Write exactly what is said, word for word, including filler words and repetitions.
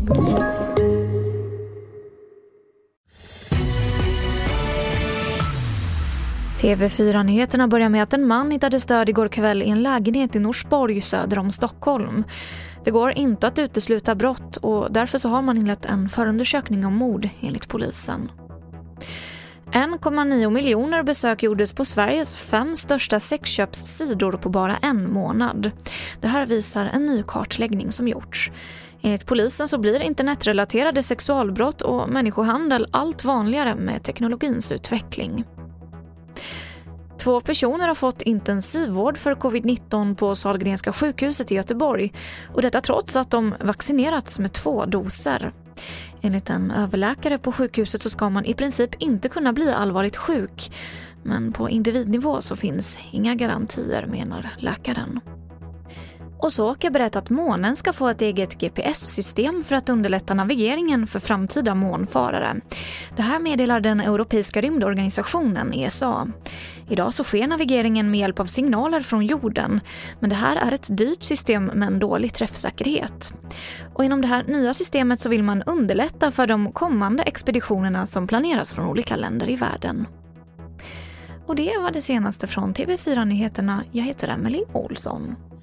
T V fyra-nyheterna börjar med att en man hittade stöd igår kväll i en lägenhet i Norsborg söder om Stockholm. Det går inte att utesluta brott och därför så har man inlett en förundersökning om mord enligt polisen. en komma nio miljoner besök gjordes på Sveriges fem största sexköpssidor på bara en månad. Det här visar en ny kartläggning som gjorts. Enligt polisen så blir internetrelaterade sexualbrott och människohandel allt vanligare med teknologins utveckling. Två personer har fått intensivvård för covid nitton på Sahlgrenska sjukhuset i Göteborg och detta trots att de vaccinerats med två doser. Enligt en överläkare på sjukhuset så ska man i princip inte kunna bli allvarligt sjuk, men på individnivå så finns inga garantier, menar läkaren. Och så har berättat att månen ska få ett eget G P S-system för att underlätta navigeringen för framtida månfarare. Det här meddelar den europeiska rymdorganisationen E S A. Idag så sker navigeringen med hjälp av signaler från jorden, men det här är ett dyrt system med en dålig träffsäkerhet. Och inom det här nya systemet så vill man underlätta för de kommande expeditionerna som planeras från olika länder i världen. Och det var det senaste från T V fyra-nyheterna. Jag heter Emily Olsson.